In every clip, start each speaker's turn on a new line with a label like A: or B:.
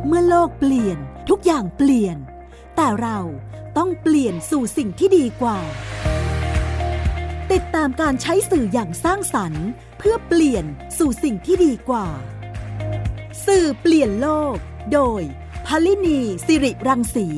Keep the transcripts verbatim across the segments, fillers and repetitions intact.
A: เมื่อโลกเปลี่ยนทุกอย่างเปลี่ยนแต่เราต้องเปลี่ยนสู่สิ่งที่ดีกว่าติดตามการใช้สื่ออย่างสร้างสรรค์เพื่อเปลี่ยนสู่สิ่งที่ดีกว่าสื่อเปลี่ยนโลกโดยพลินีสิริรังสี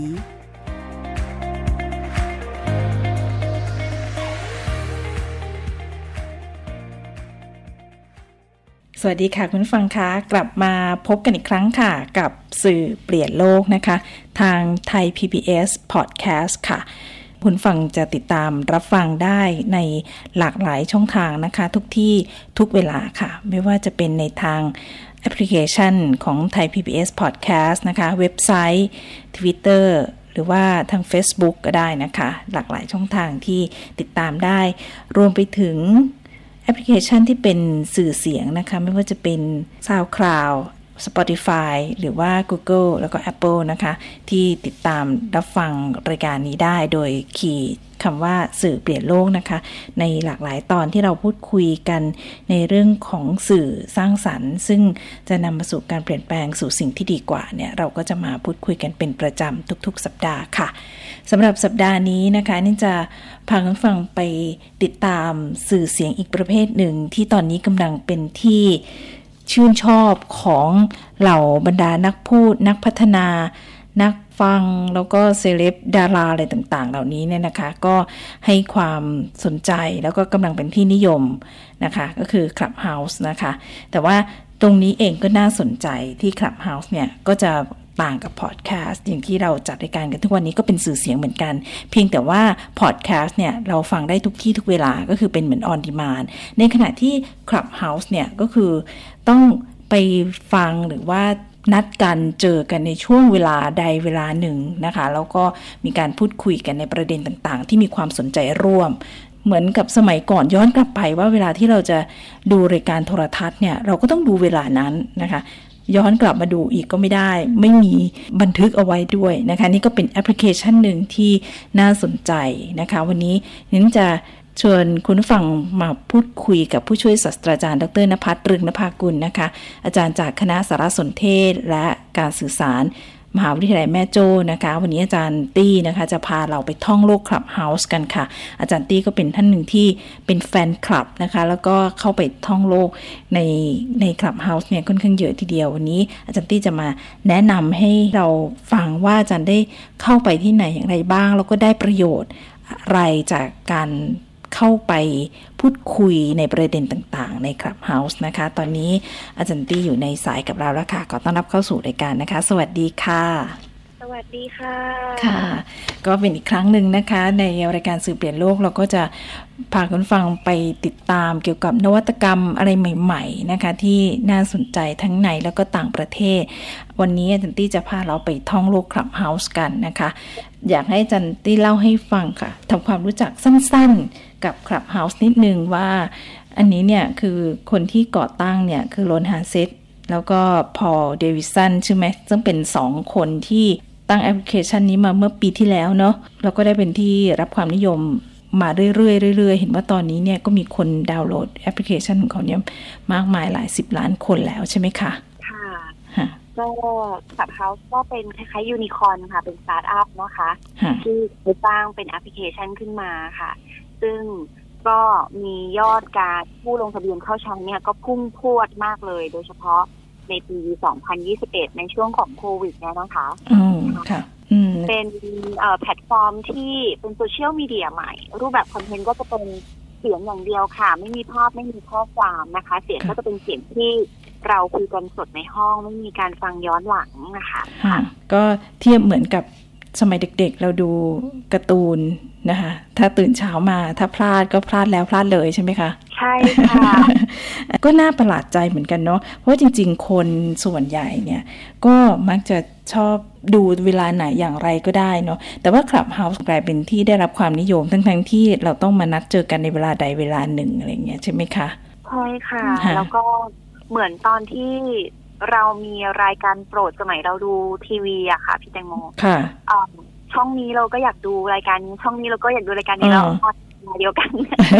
B: สวัสดีค่ะคุณผู้ฟังคะกลับมาพบกันอีกครั้งค่ะกับสื่อเปลี่ยนโลกนะคะทางไทย พี บี เอส Podcast ค่ะคุณฟังจะติดตามรับฟังได้ในหลากหลายช่องทางนะคะทุกที่ทุกเวลาค่ะไม่ว่าจะเป็นในทางแอปพลิเคชันของไทย พี บี เอส Podcast นะคะเว็บไซต์ Twitter หรือว่าทาง Facebook ก็ได้นะคะหลากหลายช่องทางที่ติดตามได้รวมไปถึงแอปพลิเคชันที่เป็นสื่อเสียงนะคะไม่ว่าจะเป็น SoundCloud Spotify หรือว่า Google แล้วก็ Apple นะคะที่ติดตามรับฟังรายการนี้ได้โดยคีย์คำว่าสื่อเปลี่ยนโลกนะคะในหลากหลายตอนที่เราพูดคุยกันในเรื่องของสื่อสร้างสรรค์ซึ่งจะนำมาสู่การเปลี่ยนแปลงสู่สิ่งที่ดีกว่าเนี่ยเราก็จะมาพูดคุยกันเป็นประจำทุกๆสัปดาห์ค่ะสำหรับสัปดาห์นี้นะคะนี่จะพาคุณฟังไปติดตามสื่อเสียงอีกประเภทหนึ่งที่ตอนนี้กำลังเป็นที่ชื่นชอบของเหล่าบรรดานักพูดนักพัฒนานักฟังแล้วก็เซเลบดาราอะไรต่างๆเหล่านี้เนี่ยนะคะก็ให้ความสนใจแล้วก็กำลังเป็นที่นิยมนะคะก็คือ Clubhouse นะคะแต่ว่าตรงนี้เองก็น่าสนใจที่ Clubhouse เนี่ยก็จะต่างกับพอดแคสต์อย่างที่เราจัดรายการกันทุกวันนี้ก็เป็นสื่อเสียงเหมือนกันเพียงแต่ว่าพอดแคสต์เนี่ยเราฟังได้ทุกที่ทุกเวลาก็คือเป็นเหมือนออนดีมานด์ในขณะที่ Clubhouse เนี่ยก็คือต้องไปฟังหรือว่านัดกันเจอกันในช่วงเวลาใดเวลาหนึ่งนะคะแล้วก็มีการพูดคุยกันในประเด็นต่างๆที่มีความสนใจร่วมเหมือนกับสมัยก่อนย้อนกลับไปว่าเวลาที่เราจะดูรายการโทรทัศน์เนี่ยเราก็ต้องดูเวลานั้นนะคะย้อนกลับมาดูอีกก็ไม่ได้ไม่มีบันทึกเอาไว้ด้วยนะคะนี่ก็เป็นแอปพลิเคชันหนึ่งที่น่าสนใจนะคะวันนี้นิ้นจะชวนคุณผู้ฟังมาพูดคุยกับผู้ช่วยศาสตราจารย์ดร.ณภัทร เรืองนภากุลนะคะอาจารย์จากคณะสารสนเทศและการสื่อสารมหาวิทยาลัยแม่โจ้นะคะวันนี้อาจารย์ตี้นะคะจะพาเราไปท่องโลก Clubhouse กันค่ะอาจารย์ตี้ก็เป็นท่านหนึ่งที่เป็นแฟนคลับนะคะแล้วก็เข้าไปท่องโลกในใน Clubhouse เนี่ยค่อนข้างเยอะทีเดียววันนี้อาจารย์ตี้จะมาแนะนำให้เราฟังว่าอาจารย์ได้เข้าไปที่ไหนอย่างไรบ้างแล้วก็ได้ประโยชน์อะไรจากการเข้าไปพูดคุยในประเด็นต่างๆใน Clubhouse นะคะตอนนี้อาจารย์ตี้อยู่ในสายกับเราแล้วค่ะขอต้อนรับเข้าสู่รายการนะคะสวัสดีค่ะ
C: สวัสดีค่ะ
B: ค่ะก็เป็นอีกครั้งหนึ่งนะคะในรายการสื่อเปลี่ยนโลกเราก็จะพาคุณฟังไปติดตามเกี่ยวกับนวัตกรรมอะไรใหม่ๆนะคะที่น่าสนใจทั้งในแล้วก็ต่างประเทศวันนี้อาจารย์ตี้จะพาเราไปท่องโลก Clubhouse กันนะคะอยากให้อาจารย์ตี้เล่าให้ฟังค่ะทำความรู้จักสั้นๆกับ Clubhouse นิดนึงว่าอันนี้เนี่ยคือคนที่ก่อตั้งเนี่ยคือโรนฮาเซตแล้วก็พอลเดวิสันใช่ไหมซึ่งเป็นสองคนที่ตั้งแอปพลิเคชันนี้มาเมื่อปีที่แล้วเนาะแล้วก็ได้เป็นที่รับความนิยมมาเรื่อยๆเรื่อยๆเห็นว่าตอนนี้เนี่ยก็มีคนดาวน์โหลดแอปพลิเคชันของเขาเนี่ยมากมายหลายสิบล้านคนแล้วใช่ไหมคะ
C: ค่ะก็ Clubhouse ก็เป็นคล้ายๆยูนิคอร์นค่ะเป็นสตาร์ทอัพนะคะที่ได้สร้างเป็นแอปพลิเคชันขึ้นมาค่ะซึ่งก็มียอดการผู้ลงทะเบียนเข้าใช้เนี่ยก็พุ่งพรวดมากเลยโดยเฉพาะในปีสองพันยี่สิบเอ็ดในช่วงของโควิดเนี่ยนะคะ
B: อืมค่ะอืม
C: เป็นเอ่อแพลตฟอร์มที่เป็นโซเชียลมีเดียใหม่รูปแบบคอนเทนต์ก็จะเป็นเสียงอย่างเดียวค่ะไม่มีภาพไม่มีข้อความนะคะเสียงก็จะเป็นเสียงที่เราคุยกันสดในห้องไม่มีการฟังย้อนหลังนะคะ
B: ค่ะก็เทียบเหมือนกับสมัยเด็กๆเราดูการ์ตูนนะคะถ้าตื่นเช้ามาถ้าพลาดก็พลาดแล้วพลาดเลยใช่ไหมคะ
C: ใช่ค่ะ
B: ก็น่าประหลาดใจเหมือนกันเนาะเพราะจริงๆคนส่วนใหญ่เนี่ยก็มักจะชอบดูเวลาไหนอย่างไรก็ได้เนาะแต่ว่า Clubhouse กลายเป็นที่ได้รับความนิยมทั้งๆที่เราต้องมานัดเจอกันในเวลาใดเวลาหนึ่งอะไรเงี้ยใช่ไหมคะ
C: ใช่ค่ะแล้วก็เหมือนตอนที่เรามีรายการโปรดสมัยเราดูทีวีอะค่ะพี่แตงโม
B: ค่ะ
C: ช่องนี้เราก็อยากดูรายการนี้ช่องนี้เราก็อยากดูรายการนี้เราออนมาเดียวกัน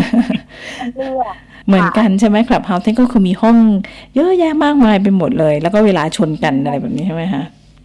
B: เหมือนกันใช่ไหมครับเฮาส์ที่ก็คือมีห้องเยอะแยะมากมายไปหมดเลยแล้วก็เวลาชนกันอะไรแบบนี้ใช่ไหมคะ
C: ใ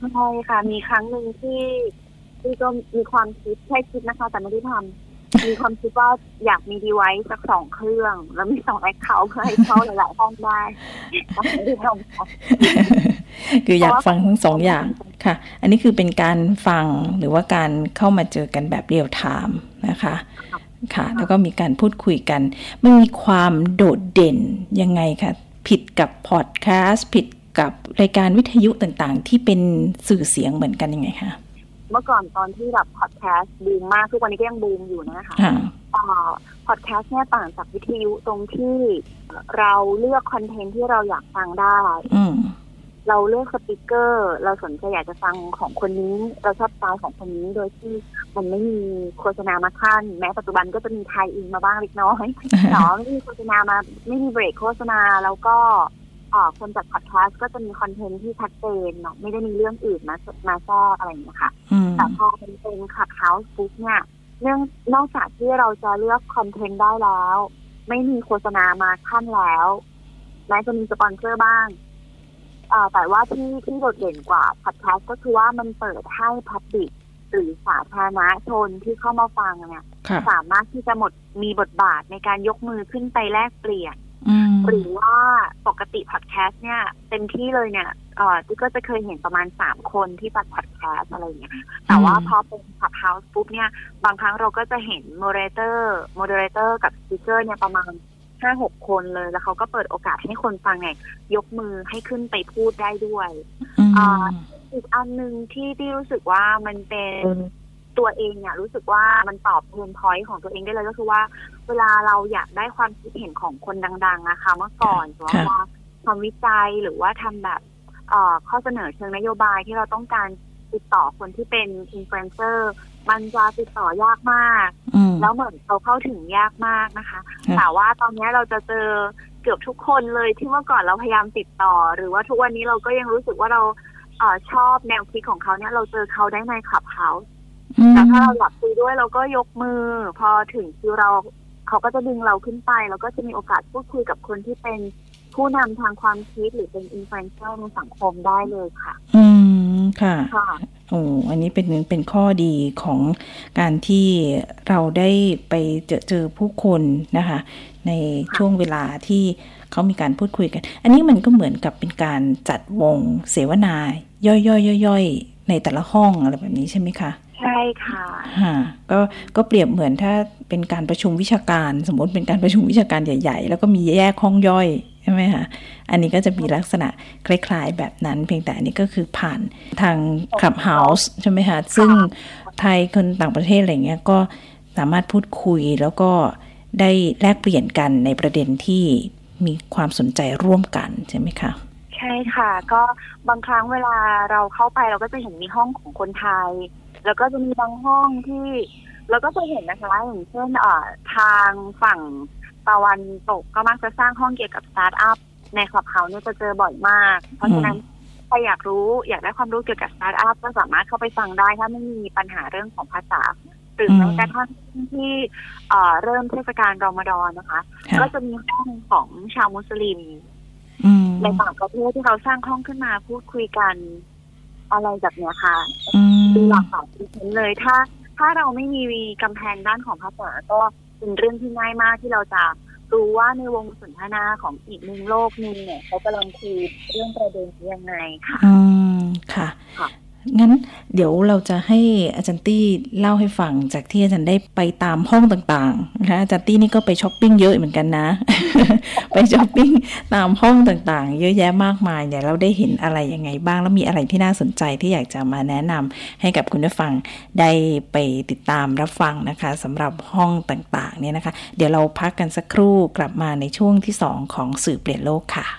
C: ใช่ค่ะมีครั้งหนึ่งที่ที่ก็มีความคิดแค่คิดนะคะแต่ไม่ได้ทำมีความคิดว่าอยากมี device สักสองเครื่องแล้วมีสอง account เพื่อให้เข้าหลายๆห้องได้ไม่ได้ทำค่ะ
B: คืออยากฟังทั้งสองอย่างค่ะอันนี้คือเป็นการฟังหรือว่าการเข้ามาเจอกันแบบเรียลไทม์นะคะค่ะแล้วก็มีการพูดคุยกันมันมีความโดดเด่นยังไงคะผิดกับพอดแคสต์ผิดกับรายการวิทยุต่างๆที่เป็นสื่อเสียงเหมือนกันยังไงคะ
C: เมื่อก่อนตอนที่แบบพอดแคสต์บูมมากทุกวันนี้ก็ยังบูมอยู่นะคะพอดแคสต์เนี่ยต่างจากวิทยุตรงที่เราเลือกคอนเทนต์ที่เราอยากฟังได้เราเลือกสปีกเกอร์เราสนใจอยากจะฟังของคนนี้เราชอบสไตล์ของคนนี้โดยที่มันไม่มีโฆษณามาขั้นแม้ปัจจุบันก็จะมีไทยอินมาบ้างเล็กน้อยแต่ไม่มีโฆษณามาไม่มีเบรกโฆษณาแล้วก็คนจัดพอดแคสต์ก็จะมีคอนเทนต์ที่ชัดเจนเนาะไม่ได้มีเรื่องอื่นมามาแทรกอะไรอย่างเงี้ยค่ะแต่พอเป็นเป็นคลับเฮาส์ปุ๊บเนี่ยเรื่องนอกจากที่เราจะเลือกคอนเทนต์ได้แล้วไม่มีโฆษณามาขั้นแล้วแม้จะมีสปอนเซอร์บ้างแต่ว่าที่ที่โดดเด่นกว่าพอดแคสต์ก็คือว่ามันเปิดให้พับลิกหรือสาธารณชนที่เข้ามาฟังเนี่ยสามารถที่จะหมดมีบทบาทในการยกมือขึ้นไปแลกเปลี่ยนหรือว่าปกติพอดแคสต์เนี่ยเต็มที่เลยเนี่ยเอ่อที่ก็จะเคยเห็นประมาณสามคนที่จัดพอดแคสต์อะไรอย่างเงี้ยแต่ว่าพอเป็นคลับเฮาส์ปุ๊บเนี่ยบางครั้งเราก็จะเห็นโมเดเลเตอร์โมเดเลเตอร์กับสปีกเกอร์เนี่ยประมาณห้าหกคนเลยแล้วเขาก็เปิดโอกาสให้คนฟังเนี่ยยกมือให้ขึ้นไปพูดได้ด้วยอ่าอีกอันนึงที่ที่รู้สึกว่ามันเป็นตัวเองเนี่ยรู้สึกว่ามันตอบเพนพอยต์ของตัวเองได้เลยก็คือว่าเวลาเราอยากได้ความคิดเห็นของคนดังๆนะคะเมื่อก่อนว่าทำวิจัยหรือว่าทำแบบข้อเสนอเชิงนโยบายที่เราต้องการติดต่อคนที่เป็นอินฟลูเอนเซอร์มันจะติดต่อยากมากแล้วเหมือนเขาเข้าถึงยากมากนะคะแต่ว่าตอนนี้เราจะเจอเกือบทุกคนเลยที่เมื่อก่อนเราพยายามติดต่อหรือว่าทุกวันนี้เราก็ยังรู้สึกว่าเราเอ่อชอบแนวคิดของเขาเนี่ยเราเจอเขาได้ในคลับเฮาส์แต่ถ้าเราอยากคุยด้วยเราก็ยกมือพอถึงคิวเราเขาก็จะดึงเราขึ้นไปแล้วก็จะมีโอกาสพูดคุยกับคนที่เป็นผู้นำทางความคิดหรือเป็นอินฟลูเอนเซอร์ในสังคมได้เลยค่ะ
B: อืมค่ะค่ะโอ้อันนี้เป็นเป็นข้อดีของการที่เราได้ไปเจอเจอผู้คนนะคะในช่วงเวลาที่เขามีการพูดคุยกันอันนี้มันก็เหมือนกับเป็นการจัดวงเสวนาย่อยๆๆในแต่ละห้องอะไรแบบนี้ใช่ไหมคะ
C: ใช่ค่ะ
B: ฮะก็ก็เปรียบเหมือนถ้าเป็นการประชุมวิชาการสมมติเป็นการประชุมวิชาการใหญ่ๆแล้วก็มีแยกห้องย่อยใช่ไหมคะอันนี้ก็จะมีลักษณะคล้ายๆแบบนั้นเพียงแต่อันนี้ก็คือผ่านทาง Clubhouse ใช่ไหมคะซึ่งไทยคนต่างประเทศอะไรเงี้ยก็สามารถพูดคุยแล้วก็ได้แลกเปลี่ยนกันในประเด็นที่มีความสนใจร่วมกันใช่ไหมคะ
C: ใช่ค่ะก็บางครั้งเวลาเราเข้าไปเราก็จะเห็นมีห้องของคนไทยแล้วก็จะมีบางห้องที่เราก็จะเห็นนะคะอย่างเช่นเอ่อทางฝั่งตะวันตกก็มักจะสร้างห้องเกี่ยวกับสตาร์ทอัพในคลับเฮาส์เนี่ยจะเจอบ่อยมากเพราะฉะนั้นใครอยากรู้อยากได้ความรู้เกี่ยวกับสตาร์ทอัพก็สามารถเข้าไปฟังได้ถ้าไม่มีปัญหาเรื่องของภาษาหรือแม้กระทั่งที่เอ่อเริ่มเทศกาลรอมฎอนนะคะก็จะมีห้องของชาวมุสลิมในต่างประเทศที่เขาสร้างห้องขึ้นมาพูดคุยกันอะไรแบบนี้ค่ะดูหลากหลายที่เลยถ้าถ้าเราไม่มีกำแพงด้านของภาษาก็เป็นเรื่องที่ง่ายมากที่เราจะรู้ว่าในวงสนทนาของอีกหนึ่งโลกนึงเนี่ยเขากำลังคุยเรื่องประเด็นยังไงค่ะ
B: อืมค่ะงั้นเดี๋ยวเราจะให้อาจารย์ตี้เล่าให้ฟังจากที่อาจารย์ได้ไปตามห้องต่างๆนะคะอาจารย์ตี้นี่ก็ไปช้อปปิ้งเยอะเหมือนกันนะ ไปช้อปปิ้งตามห้องต่างๆเยอะแยะมากมายเนี่ยเราได้เห็นอะไรยังไงบ้างแล้วมีอะไรที่น่าสนใจที่อยากจะมาแนะนำให้กับคุณผู้ฟังได้ไปติดตามรับฟังนะคะสำหรับห้องต่างๆเนี่ยนะคะเดี๋ยวเราพักกันสักครู่กลับมาในช่วงที่สองของสื่อเปลี่ยนโลกค่ะ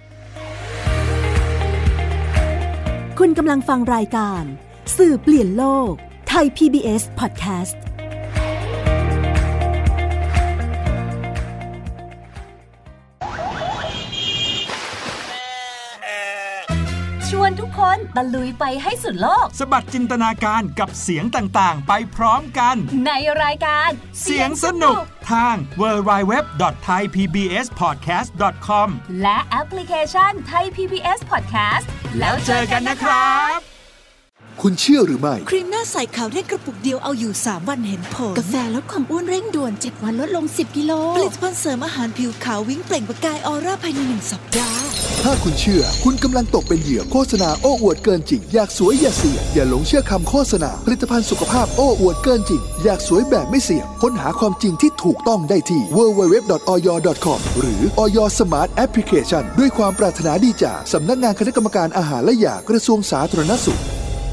A: คุณกำลังฟังรายการสื่อเปลี่ยนโลกไทย พี บี เอส Podcast
D: ชวนทุกคนตะลุยไปให้สุดโลก
E: สบัดจินตนาการกับเสียงต่างๆไปพร้อมกัน
D: ในรายการ
E: เสียงสนุกทาง ดับเบิลยู ดับเบิลยู ดับเบิลยู ดอท ไทย พี บี เอส พอดแคสต์ ดอท คอม
D: และแอปพลิเคชัน Thai พี บี เอส Podcast
E: แล้วเจอกันนะครับ
F: คุณเชื่อหรือไม่
G: ครีมหน้าใสขาวเร่งกระปุกเดียวเอาอยู่สามวันเห็นผลกาแฟลดความอ้วนเร่งด่วนเจ็ดวันลดลงสิบกิโลผลิตภัณฑ์เสริมอาหารผิวขาววิ่งเปล่งประกายออร่าภายในหนึ่งสัปดาห์
F: ถ้าคุณเชื่อคุณกำลังตกเป็นเหยื่อโฆษณาโอ้อวดเกินจริงอยากสวยอย่าเสี่ยงอย่าหลงเชื่อคำโฆษณาผลิตภัณฑ์สุขภาพโอ้อวดเกินจริงอยากสวยแบบไม่เสี่ยงค้นหาความจริงที่ถูกต้องได้ที่ ดับเบิลยู ดับเบิลยู ดับเบิลยู ดอท ออย ดอท คอม หรือ อย Smart Application ด้วยความปรารถนาดีจากสำนักงานคณะกรรมการอาหารและยากระทรวงสาธารณสุข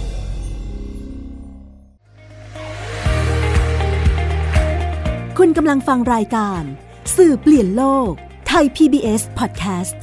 A: คุณกำลังฟังรายการสื่อเปลี่ยนโลกไทย พี บี เอส Podcast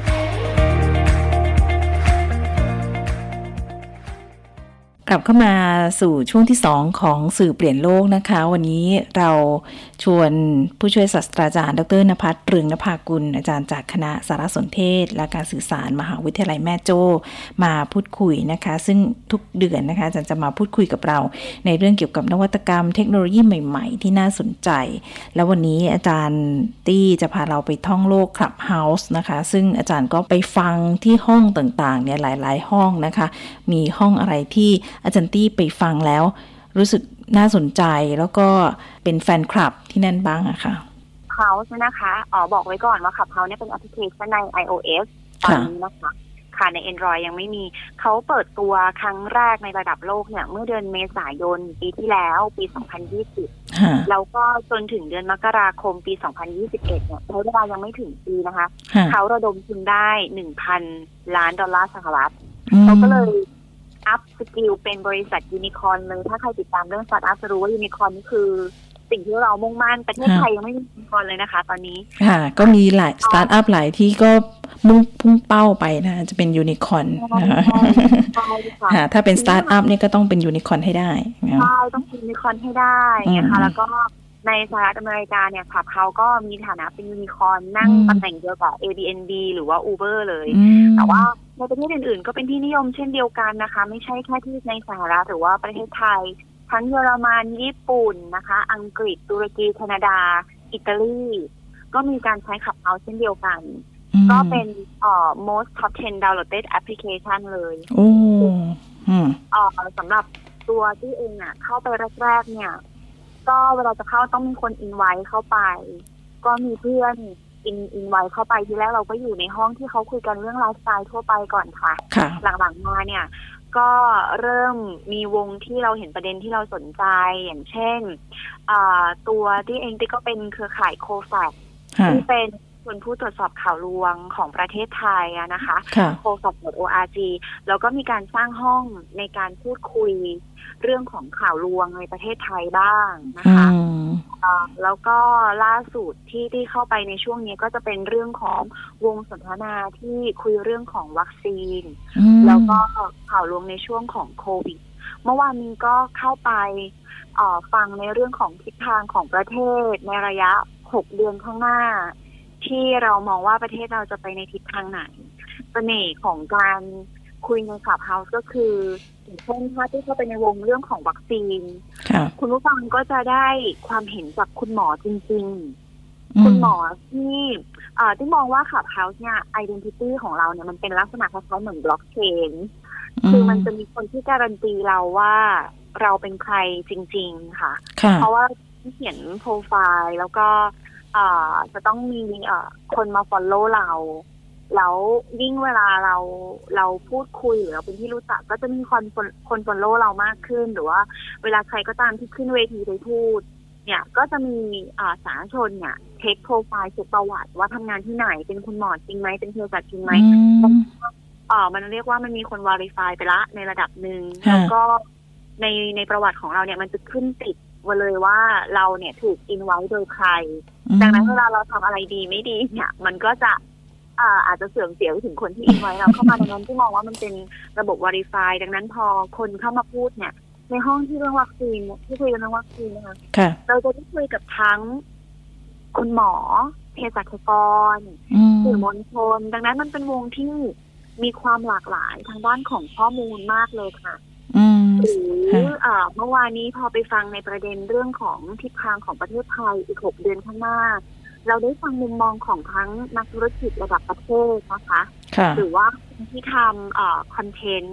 B: กลับเข้ามาสู่ช่วงที่สองของสื่อเปลี่ยนโลกนะคะวันนี้เราชวนผู้ช่วยศาสตราจารย์ดร.ณภัทร เรืองนภากุลอาจารย์จากคณะสารสนเทศและการสื่อสารมหาวิทยาลัยแม่โจ้มาพูดคุยนะคะซึ่งทุกเดือนนะคะอาจารย์จะมาพูดคุยกับเราในเรื่องเกี่ยวกับนวัตกรรมเทคโนโลยีใหม่ๆที่น่าสนใจแล้ววันนี้อาจารย์ตี้จะพาเราไปท่องโลก Clubhouse นะคะซึ่งอาจารย์ก็ไปฟังที่ห้องต่างๆเนี่ยหลายๆห้องนะคะมีห้องอะไรที่อาจารย์ตี้ไปฟังแล้วรู้สึกน่าสนใจแล้วก็เป็นแฟนคลับที่นั่นบ้างอะค่ะ
C: Clubhouse นะคะอ๋อบอกไว้ก่อนว่า Clubhouse เนี่ยเป็นแอปพลิเคชันใน iOS ตอนนี้นะคะค่ะใน Android ยังไม่มีเขาเปิดตัวครั้งแรกในระดับโลกเนี่ยเมื่อเดือนเมษายนปีที่แล้วปีสองพันยี่สิบแล้วก็จนถึงเดือนมกราคมปีสองพันยี่สิบเอ็ดเนี่ยใช้เวลายังไม่ถึงปีนะคะเขาระดมทุนได้ หนึ่งพัน ล้านดอลลาร์สหรัฐเขาก็เลยอัพสกิลเป็นบริษัทยูนิคอร์นเลยถ้าใครติดตามเรื่องสตาร์ทอัพจะรู้ว่ายูนิคอร์นนี่คือสิ่งที่เรามุ่งมั่นประเทศไทยยังไม่มียูนิคอร์นเลยนะคะตอนนี้ค่ะ
B: ก็มีหลายสตาร์ทอัพหลายที่ก็มุ่งพุ่งเป้าไปนะจะเป็นยูนิคอร์นนะคะถ้าเป็นสตาร์ทอัพนี่ก็ต้องเป็นยูนิคอร์นให้ได้
C: ใช่ต้องเป็นยูนิคอร์นให้ได้นะคะแล้วก็ในสหรัฐอเมริกาเนี่ยค่ะเขาก็มีฐานะเป็นยูนิคอร์นนั่งตำแหน่งเดียวกับ Airbnb หรือว่า Uber เลยแต่ว่าในประเทศอื่นๆก็เป็นที่นิยมเช่นเดียวกันนะคะไม่ใช่แค่ที่ในสหรัฐหรือว่าประเทศไทยทั้งเยอรมันญี่ปุ่นนะคะอังกฤษตุรกีแคนาดาอิตาลีก็มีการใช้ Clubhouse เช่นเดียวกันก็เป็นเอ่อ most top ten downloaded application เลย
B: โอ้อืม
C: เอ่อสำหรับตัวที่เองอ่ะเข้าไปแรกๆเนี่ยก็เวลาจะเข้าต้องมีคนอินไวท์เข้าไปก็มีเพื่อนอินอินไวท์เข้าไปทีแรกเราก็อยู่ในห้องที่เขาคุยกันเรื่องไลฟ์สไตล์ทั่วไปก่อนค่ะหลังๆมาเนี่ยก็เริ่มมีวงที่เราเห็นประเด็นที่เราสนใจอย่างเช่นตัวที่เองที่ก็เป็นเครือข่ายโคแฟกที่เป็นคนผู้ตรวจสอบข่าวลวงของประเทศไทยนะคะโคแฟก ดอท โอ อาร์ จี แล้วก็มีการสร้างห้องในการพูดคุยเรื่องของข่าวลวงในประเทศไทยบ้างนะคะแล้วก็ล่าสุดที่ที่เข้าไปในช่วงนี้ก็จะเป็นเรื่องของวงสนทนาที่คุยเรื่องของวัคซีนแล้วก็ข่าวลวงในช่วงของโควิดเมื่อวานนี้ก็เข้าไปฟังในเรื่องของทิศทางของประเทศในระยะหกเดือนข้างหน้าที่เรามองว่าประเทศเราจะไปในทิศทางไหนเสน่ห์ของการคุยใน Clubhouse ก็คืออย่างเช่นถ้าที่เข้าไปในวงเรื่องของวัคซีนคุณผู้ฟังก็จะได้ความเห็นจากคุณหมอจริงๆคุณหมอที่ที่มองว่า Clubhouse เนี่ย identity ของเราเนี่ยมันเป็นลักษณะคล้ายๆเหมือนบล็อกเชนคือมันจะมีคนที่การันตีเราว่าเราเป็นใครจริงๆค่ะเพราะว่าเขียนโปรไฟล์แล้วก็จะต้องมีคนมา follow เราแล้วยิ่งเวลาเราเราพูดคุยหรือเราเป็นที่รู้จักก็จะมีคนคน follow เรามากขึ้นหรือว่าเวลาใครก็ตามที่ขึ้นเวทีไปพูดเนี่ยก็จะมีสาธารณชนเนี่ยเทคโปรไฟล์เช็คประวัติว่าทำงานที่ไหนเป็นคุณหมอจริงไหมเป็นเภสัชจริงไหมอ่ามันเรียกว่ามันมีคน verify ไปละในระดับหนึ่งแล้วก็ในในประวัติของเราเนี่ยมันจะขึ้นติดมาเลยว่าเราเนี่ยถูกอินไว้โดยใครดังนั้นเวลาเราทำอะไรดีไม่ดีเนี่ยมันก็จะอ่าอาจจะเสื่อมเสียไปถึงคนที่อินไว้เราเข้ามาดังนั้นที่มองว่ามันเป็นระบบ verify ดังนั้นพอคนเข้ามาพูดเนี่ยในห้องที่เรื่องวัคซีนที่คุยกันเรื่องวัคซีนนะคะเราจะได้คุยกับทั้งคุณหมอเภสัชกรสื่อมวลชนดังนั้นมันเป็นวงที่มีความหลากหลายทางด้านของข้อมูลมากเลยค่ะหรือเมื่อวานนี้พอไปฟังในประเด็นเรื่องของทิศทางของประเทศไทยอีกหกเดือนข้างหน้าเราได้ฟังมุมมองของทั้งนักธุรกิจระดับประเทศนะคะหรือว่าที่ทำคอนเทนต์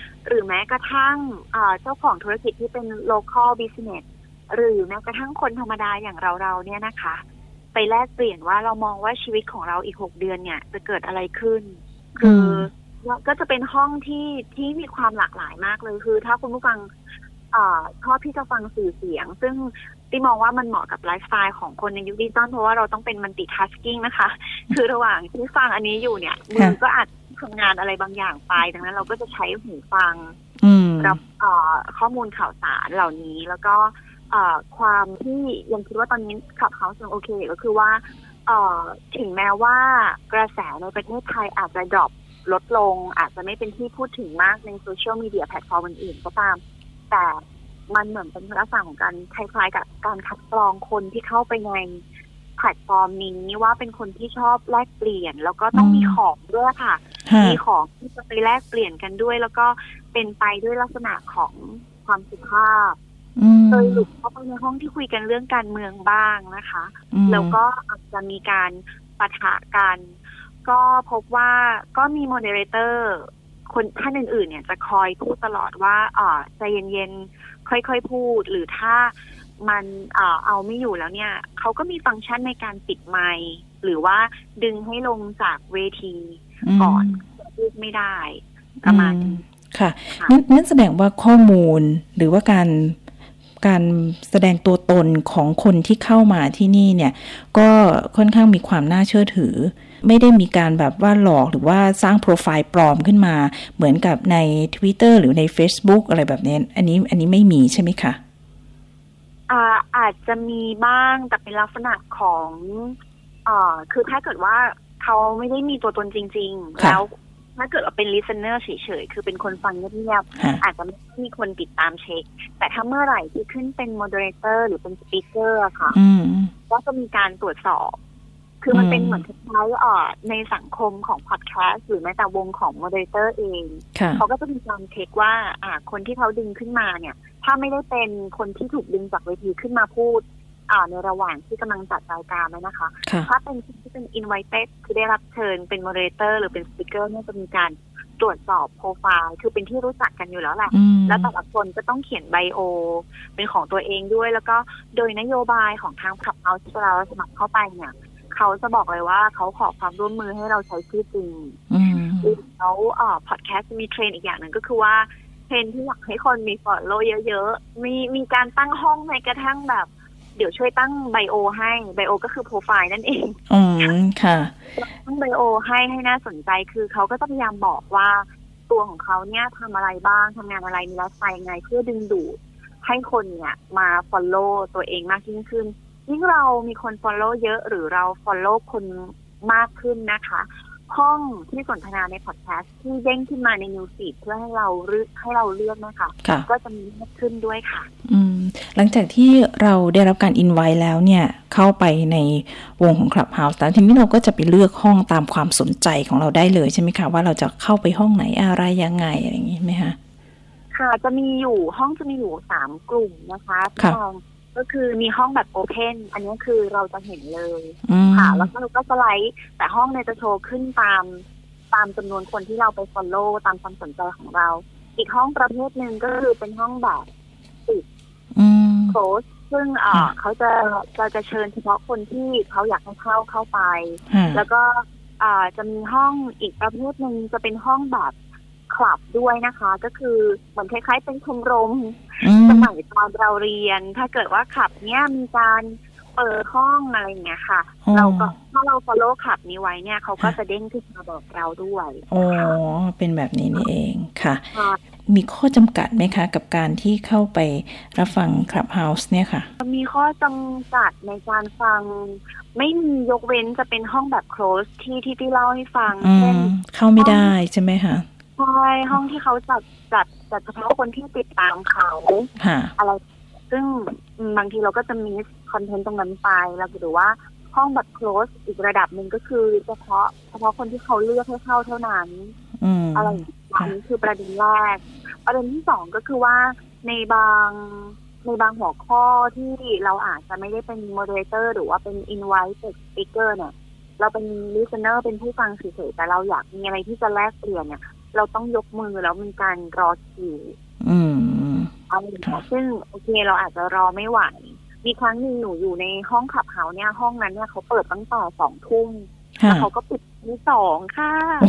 C: หรือแม้กระทั่งเจ้าของธุรกิจที่เป็น local business หรือแม้กระทั่งคนธรรมดาอย่างเราๆเนี่ยนะคะไปแลกเปลี่ยนว่าเรามองว่าชีวิตของเราอีกหกเดือนเนี่ยจะเกิดอะไรขึ้นคือก็จะเป็นห้องที่ที่มีความหลากหลายมากเลยคือถ้าคุณผู้ฟังชอบที่จะฟังสื่อเสียงซึ่งที่มองว่ามันเหมาะกับไลฟ์สไตล์ของคนในยุคดิจิตอลเพราะว่าเราต้องเป็นมัลติทัสกิ้งนะคะคือระหว่างที่ฟังอันนี้อยู่เนี่ยมือก็อาจทำงานอะไรบางอย่างไปดังนั้นเราก็จะใช้หูฟังรับข้อมูลข่าวสารเหล่านี้แล้วก็ความที่ยังคิดว่าตอนนี้ขับเฮาส์ยังโอเคก็คือว่าถึงแม้ว่ากระแสในประเทศไทยอาจจะดรอปลดลงอาจจะไม่เป็นที่พูดถึงมากในโซเชียลมีเดียแพลตฟอร์มอื่นๆก็ตามแต่มันเหมือนเป็นลักษณะของการคล้ายๆกับการคัดกรองคนที่เข้าไปในแพลตฟอร์มนี้ว่าเป็นคนที่ชอบแลกเปลี่ยนแล้วก็ต้องมีของด้วยค่ะมีของที่จะไปแลกเปลี่ยนกันด้วยแล้วก็เป็นไปด้วยลักษณะของความสุภาพโดยหลุดเข้าไปในห้องที่คุยกันเรื่องการเมืองบ้างนะคะแล้วก็อาจจะมีการปะทะกันก็พบว่าก็มีโมเดเลเตอร์คนท่านอื่นๆเนี่ยจะคอยพูดตลอดว่าอ่าใจเย็นๆค่อยๆพูดหรือถ้ามันอ่าเอาไม่อยู่แล้วเนี่ยเขาก็มีฟังก์ชันในการปิดไมค์หรือว่าดึงให้ลงจากเวทีก่อนพูดไม่ได้ประมาณนี้
B: ค่ะนั่นแสดงว่าข้อมูลหรือว่าการการแสดงตัวตนของคนที่เข้ามาที่นี่เนี่ยก็ค่อนข้างมีความน่าเชื่อถือไม่ได้มีการแบบว่าหลอกหรือว่าสร้างโปรไฟล์ปลอมขึ้นมาเหมือนกับใน Twitter หรือใน Facebook อะไรแบบนี้อันนี้อันนี้ไม่มีใช่ไหมคะ
C: อ่าอาจจะมีบ้างแต่เป็นลักษณะของอ่าคือถ้าเกิดว่าเขาไม่ได้มีตัวตนจริงๆแล้วถ้าเกิดว่าเป็น listener เฉยๆคือเป็นคนฟังเงียบๆอาจจะไม่มีคนติดตามเช็คแต่ถ้าเมื่อไหร่ที่ขึ้นเป็น moderator หรือเป็น speaker อะค่ะก็จะมีการตรวจสอบคือมันเป็นเหมือนคล้ายๆในสังคมของ podcast หรือแม้แต่วงของ moderator เองเขาก็จะมีการเช็คว่าอ่าคนที่เขาดึงขึ้นมาเนี่ยถ้าไม่ได้เป็นคนที่ถูกดึงจากเวทีขึ้นมาพูดอ่าในระหว่างที่กำลังจัดรายการนะคะ ถ้าเป็นคนที่เป็น invited คือได้รับเชิญเป็น moderator หรือเป็น speaker เนี่ยจะมีการตรวจสอบโปรไฟล์คือเป็นที่รู้จักกันอยู่แล้วแหละแล้วแต่ละคนก็ต้องเขียนไบโอเป็นของตัวเองด้วยแล้วก็โดยนโยบายของทาง Clubhouse ที่เราสมัครเข้าไปเนี่ยเขาจะบอกเลยว่าเขาขอความร่วมมือให้เราใช้ชื่อจริงแล้วอ่าพอดแคสต์มีเทรนด์อีกอย่างหนึ่งก็คือว่าเทรนด์ที่อยากให้คนมีฟอลโล่เยอะๆมีมีการตั้งห้องในกระทั่งแบบเดี๋ยวช่วยตั้งไบโอให้ไบโอก็คือโปรไฟล์นั่นเอง
B: อืมค่ะ
C: ตั้งไบโอให้ให้น่าสนใจคือเขาก็จะพยายามบอกว่าตัวของเขาเนี่ยทำอะไรบ้างทำงานอะไรมีไลฟ์สไตล์ยังไงเพื่อดึงดูดให้คนเนี่ยมาฟอลโล่ตัวเองมากยิ่งขึ้นยิ่งเรามีคน follow เยอะหรือเรา follow คนมากขึ้นนะคะห้องที่สนทนาในพอดแคสต์ที่เด้งขึ้นมาในนิวส์ฟีดเพื่อให้เราเลือกให้เราเลือกนะคะก็จะมีมากขึ้นด้วยค่ะ
B: อืมหลังจากที่เราได้รับการอินไวท์แล้วเนี่ยเข้าไปในวงของ Clubhouse แล้วทีนี้เราก็จะไปเลือกห้องตามความสนใจของเราได้เลยใช่ไหมคะว่าเราจะเข้าไปห้องไหนอะไรยังไงอะไรอย่างนี้ไหมคะ
C: ค่ะจะมีอยู่ห้องจะมีอยู่สามกลุ่มนะคะค่ะก็คือมีห้องแบบโอเพนอันนี้คือเราจะเห็นเลยค่ะแล้วก็เราก็สไลด์แต่ห้องเนี่ยจะโชว์ขึ้นตามตามจำนวนคนที่เราไปฟอลโล่ตามความสนใจของเราอีกห้องประเภทหนึ่งก็คือเป็นห้องแบบปิดโคลสซึ่งเอ่อเขาจะจะจะเชิญเฉพาะคนที่เขาอยากให้เข้าเข้าไปแล้วก็อ่าจะมีห้องอีกประเภทหนึ่งจะเป็นห้องแบบคลับด้วยนะคะก็คือเหมือนคล้ายๆเป็นชมรมสมัยตอนเราเรียนถ้าเกิดว่าคลับเนี้ยมีการเปิดห้องอะไรอย่างเงี้ยค่ะเราก็ถ้าเรา follow คลับนี้ไว้เนี่ยเขาก็จะเด้งขึ้นมาบอกเราด้วย
B: อ๋อเป็นแบบนี้นี่เองค่ะมีข้อจำกัดไหมคะกับการที่เข้าไปรับฟัง Clubhouse เนี่ยค่ะ
C: มีข้อจำกัดในการฟังไม่มียกเว้นจะเป็นห้องแบบ close ที่ที่ที่เล่าให้ฟัง
B: เช่นเข้าไม่ได้ใช่ไหมคะ
C: ใช่ห้องที่เขาจัดจัดจัดเฉพาะคนที่ติดตามเขาอะไรซึ่งบางทีเราก็จะมีคอนเทนต์ตรงนั้นไปแล้วหรือว่าห้องแบบ close อีกระดับหนึ่งก็คือเฉพาะเฉพาะคนที่เขาเลือกให้เข้าเท่านั้นอะไรอย่างนี้คือประเด็นแรกประเด็นที่สองก็คือว่าในบางในบางหัวข้อที่เราอาจจะไม่ได้เป็น moderator หรือว่าเป็น invited speaker เนี่ยเราเป็น listener เป็นผู้ฟังเฉยๆแต่เราอยากมีอะไรที่จะแลกเปลี่ยนเนี่ยเราต้องยกมือแล้วมีการรอคิว
B: อืม
C: เอาซึ่งโอเคเราอาจจะรอไม่ไหวมีครั้งหนึ่งหนูอยู่ในห้องขับเฮาเนี่ยห้องนั้นเนี่ยเขาเปิดตั้งแต่สองทุ่มแล้วเขาก็ปิดที่สองค่ะ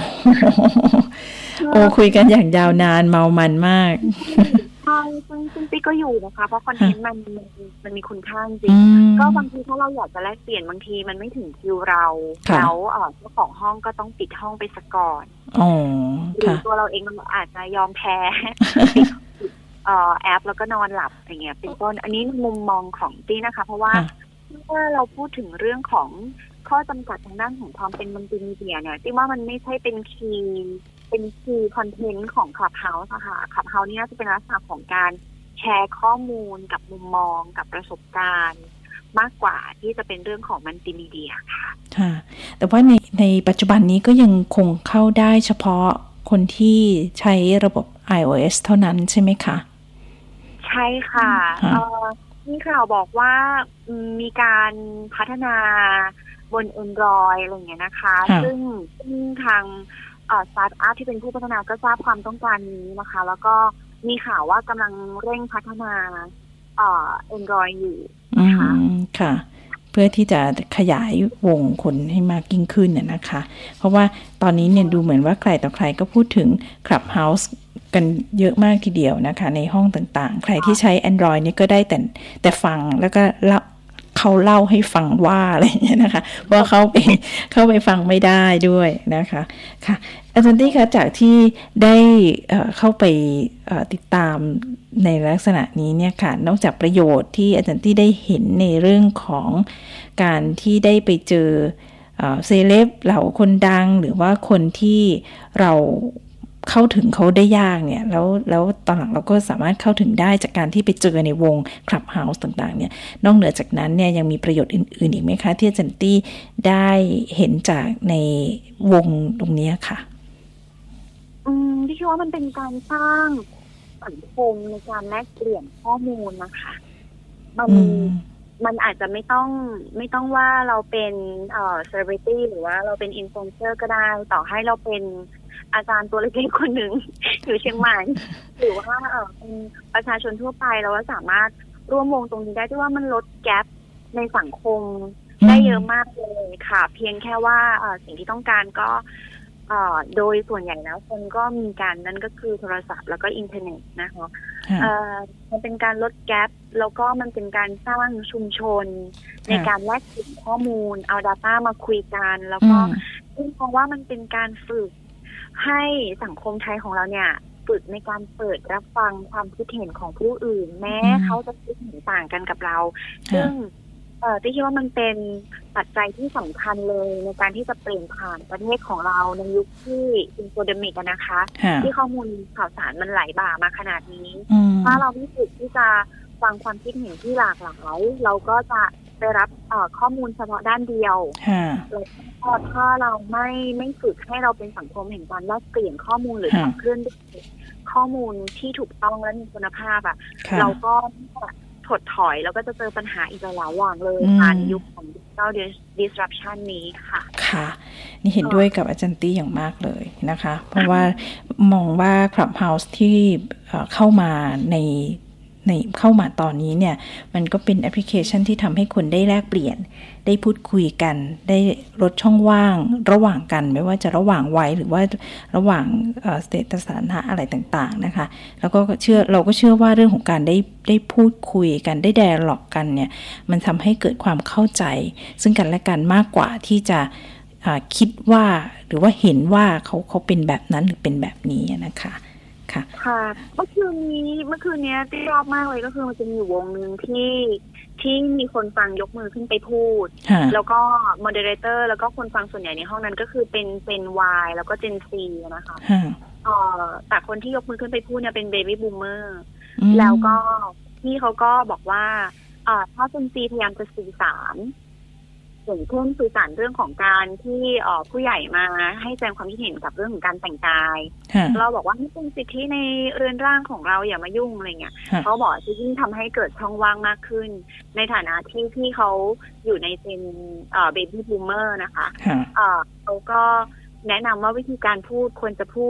B: โอ้คุยกันอย่างยาวนานเมามันมาก
C: ใช่ซึ่งซึ่งพี่ก็อยู่นะคะเพราะคอนเทนต์มันมันมีคุณค่าจริงก็บางทีถ้าเราอยากจะแลกเปลี่ยนบางทีมันไม่ถึงคิวเราแล้วเจ้าของห้องก็ต้องปิดห้องไปซะก่อนหรือตัวเราเองเราอาจจะยอมแพ้แอปแล้วก็นอนหลับอย่างเงี้ยเป็นต้นอันนี้มุมมองของตี้นะคะเพราะว่าเมื่อเราพูดถึงเรื่องของข้อจำกัดทางด้านของความเป็นมัลติมีเดียเนี่ยตี้ว่ามันไม่ใช่เป็นคีย์เป็นคีย์คอนเทนต์ของ Clubhouse อะค่ะ Clubhouse นี่จะเป็นลักษณะของการแชร์ข้อมูลกับมุมมองกับประสบการณ์มากกว่าที่จะเป็นเรื่องของมัลติมีเดียค่ะ
B: ค่ะแต่ว่าในในปัจจุบันนี้ก็ยังคงเข้าได้เฉพาะคนที่ใช้ระบบ iOS เท่านั้นใช่ไหมคะ
C: ใช่ค่ะมีข่าวบอกว่ามีการพัฒนาบน Android อะไรอย่างเงี้ยนะคะซึ่งทางสตาร์ทอัพที่เป็นผู้พัฒนาก็ทราบความต้องการนี้นะคะแล้วก็มีข่าวว่ากำลังเร่งพัฒนาเอ่อ Android อยู่
B: นะคะค่ะเพื่อที่จะขยายวงคนให้มากยิ่งขึ้นเนี่ยนะคะเพราะว่าตอนนี้เนี่ยดูเหมือนว่าใครต่อใครก็พูดถึง Clubhouse กันเยอะมากทีเดียวนะคะในห้องต่างๆใครที่ใช้ Android นี่ก็ได้แต่แต่ฟังแล้วก็ละเขาเล่าให้ฟังว่าอะไรอย่างเงี้ยนะคะเพราะเขาไปเข้าไปฟังไม่ได้ด้วยนะคะค่ะอาจารย์ตี้คะจากที่ได้เข้าไปติดตามในลักษณะนี้เนี่ยค่ะนอกจากประโยชน์ที่อาจารย์ตี้ได้เห็นในเรื่องของการที่ได้ไปเจอเซเลบเหล่าคนดังหรือว่าคนที่เราเข้าถึงเขาได้ยากเนี่ยแล้วแล้วตอนหลังเราก็สามารถเข้าถึงได้จากการที่ไปเจอในวง Clubhouse ต่างๆเนี่ยนอกเหนือจากนั้นเนี่ยยังมีประโยชน์อื่นๆอีกไหมคะที่อาจารย์ตี้ได้เห็นจากในวงตรงนี้ค่ะ
C: อืมที่คิดว่ามันเป็นการสร้างสังคมในการแลกเปลี่ยนข้อมูลนะคะมันมันอาจจะไม่ต้องไม่ต้องว่าเราเป็นเอ่อ celebrity หรือว่าเราเป็น influencer ก็ได้ต่อให้เราเป็นอาจารย์ตัวเล็กๆคนหนึ่งอยู่เชียงใหม่หรือว่าเออเป็นประชาชนทั่วไปเราก็สามารถร่วมวงตรงนี้ได้ที่ว่ามันลดแกปในสังคมได้เยอะมากเลยค่ะเพียงแค่ว่าเออสิ่งที่ต้องการก็เอ่อโดยส่วนใหญ่แล้วคนก็มีการนั่นก็คือโทรศัพท์แล้วก็อินเทอร์เน็ตนะคะเอ่อมันเป็นการลดแกปแล้วก็มันเป็นการสร้างชุมชนในการแลกเปลี่ยนข้อมูลเอา data มาคุยกันแล้วก็ซึ่งเพราะว่ามันเป็นการฝึกให้สังคมไทยของเราเนี่ยฝึกในการเปิดรับฟังความคิดเห็นของผู้อื่นแม้เขาจะคิดเห็นต่างกันกับเราซึ่งเอ่อที่คิดว่ามันเป็นปัจจัยที่สำคัญเลยในการที่จะเปลี่ยนผ่านประเทศของเราในยุคที่อินโฟเดมิกนะคะที่ข้อมูลข่าวสารมันไหลบ่ามาขนาดนี้ถ้าเราไม่ฝึกที่จะฟังความคิดเห็นที่หลากหลายเราก็จะได้รับข้อมูลเฉพาะด้านเดียวแล้วก็ถ้าเราไม่ไม่ฝึกให้เราเป็นสังคมแห่งการแลกเปลี่ยนข้อมูลหรือขับเคลื่อนข้อมูลที่ถูกต้องและมีคุณภาพอ่ะเราก็ถดถอยแล้วก็จะเจอปัญหาอีกหลายอย่างเลยค่ะในยุคของ digital disruption นี้ค่ะ
B: ค่ะนี่เห็นด้วยกับอาจารย์ตี้อย่างมากเลยนะคะเพราะว่ามองว่า Clubhouse ที่เข้ามาในในเข้ามาตอนนี้เนี่ยมันก็เป็นแอปพลิเคชันที่ทำให้คนได้แลกเปลี่ยนได้พูดคุยกันได้ลดช่องว่างระหว่างกันไม่ว่าจะระหว่างวัยหรือว่าระหว่างเอ่อสเตตัสสถานะอะไรต่างๆนะคะแล้วก็เชื่อเราก็เชื่อว่าเรื่องของการได้ได้พูดคุยกันได้ไดอะล็อกกันเนี่ยมันทำให้เกิดความเข้าใจซึ่งกันและกันมากกว่าที่จะคิดว่าหรือว่าเห็นว่าเขาเขาเป็นแบบนั้นหรือเป็นแบบนี้นะคะค่ะ
C: ค่ะเมื่อคืนนี้เมื่อคืนนี้ที่ชอบมากเลยก็คือมันจะมีวงนึงที่ที่มีคนฟังยกมือขึ้นไปพูดแล้วก็โมเดเลเตอร์แล้วก็คนฟังส่วนใหญ่ในห้องนั้นก็คือเป็นเจน Y แล้วก็เจน C นะคะเอ่อแต่คนที่ยกมือขึ้นไปพูดเนี่ยเป็นเบบี้บูมเมอร์แล้วก็พี่เขาก็บอกว่าเอ่อถ้าเจน C พยายามจะสื่อสารอย่างเช่นสื่อสารเรื่องของการที่เอ่อผู้ใหญ่มาให้แสดงความคิดเห็นกับเรื่องของการแต่งกายเราบอกว่านี่เป็นสิทธิในเรือนร่างของเราอย่ามายุ่งอะไรเงี้ยเขาบอกจะยิ่งทำให้เกิดช่องว่างมากขึ้นในฐานะที่ที่เขาอยู่ในเป็นเอ่อเบบี้บูมเมอร์นะคะเอ่อเขาก็แนะนำว่าวิธีการพูดควรจะพูด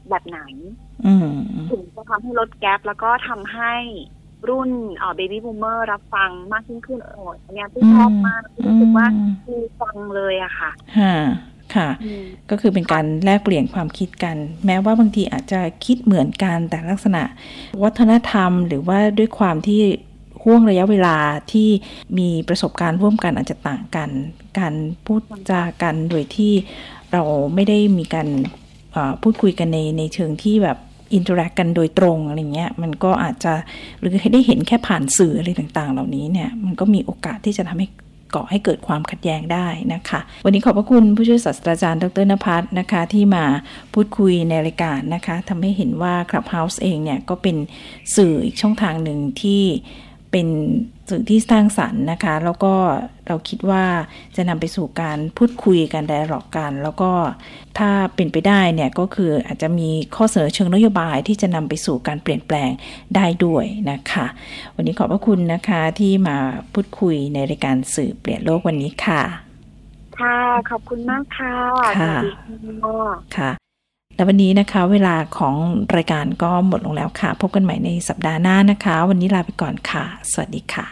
C: แบบไหนถึงจะทำให้ลดแกปแล้วก็ทำให้รุ่นเอ่อเบบี้บูมเมอร์รับฟังมากยิ่งขึ้นโอ้ยอันนี้ที่ชอบมากรู้สึกว่าคือฟังเลยอะค่ะ
B: ค่ะก็คือเป็นการแลกเปลี่ยนความคิดกันแม้ว่าบางทีอาจจะคิดเหมือนกันแต่ลักษณะวัฒนธรรมหรือว่าด้วยความที่ห่วงระยะเวลาที่มีประสบการณ์ร่วมกันอาจจะต่างกันการพูดจากันโดยที่เราไม่ได้มีการพูดคุยกันในในเชิงที่แบบอินเทอร์แอคกันโดยตรงอะไรเงี้ยมันก็อาจจะหรือให้ได้เห็นแค่ผ่านสื่ออะไรต่างๆเหล่านี้เนี่ยมันก็มีโอกาสที่จะทำให้ก่อให้เกิดความขัดแย้งได้นะคะวันนี้ขอบพระคุณผู้ช่วยศาสตราจารย์ดร.ณภัสนะคะที่มาพูดคุยในรายการนะคะทำให้เห็นว่า Clubhouse เองเนี่ยก็เป็นสื่ออีกช่องทางหนึ่งที่เป็นสื่อที่สร้างสรรค์นะคะแล้วก็เราคิดว่าจะนำไปสู่การพูดคุยกันไดอะล็อกกันแล้วก็ถ้าเป็นไปได้เนี่ยก็คืออาจจะมีข้อเสนอเชิงนโยบายที่จะนำไปสู่การเปลี่ยนแปลงได้ด้วยนะคะวันนี้ขอบพระคุณนะคะที่มาพูดคุยในรายการสื่อเปลี่ยนโลกวันนี้ค่ะ
C: ค่ะขอบคุณมากค่ะสวัสดี
B: ค่ะและวันนี้นะคะเวลาของรายการก็หมดลงแล้วค่ะพบกันใหม่ในสัปดาห์หน้านะคะวันนี้ลาไปก่อนค่ะสวัสดีค่ะ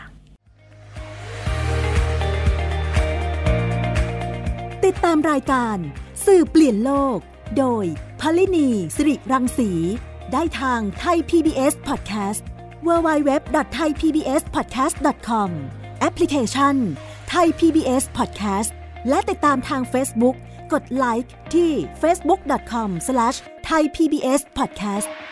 A: ติดตามรายการสื่อเปลี่ยนโลกโดยพลินีสิริรังสีได้ทาง Thai พี บี เอส Podcastดับเบิลยู ดับเบิลยู ดับเบิลยู ดอท ไทย พี บี เอส พอดแคสต์ ดอท คอม แอปพลิเคชัน Thai พี บี เอส Podcast และติดตามทาง Facebookกดไลค์ที่ เฟซบุ๊ก ดอท คอม สแลช ไทย พี บี เอส พอดแคสต์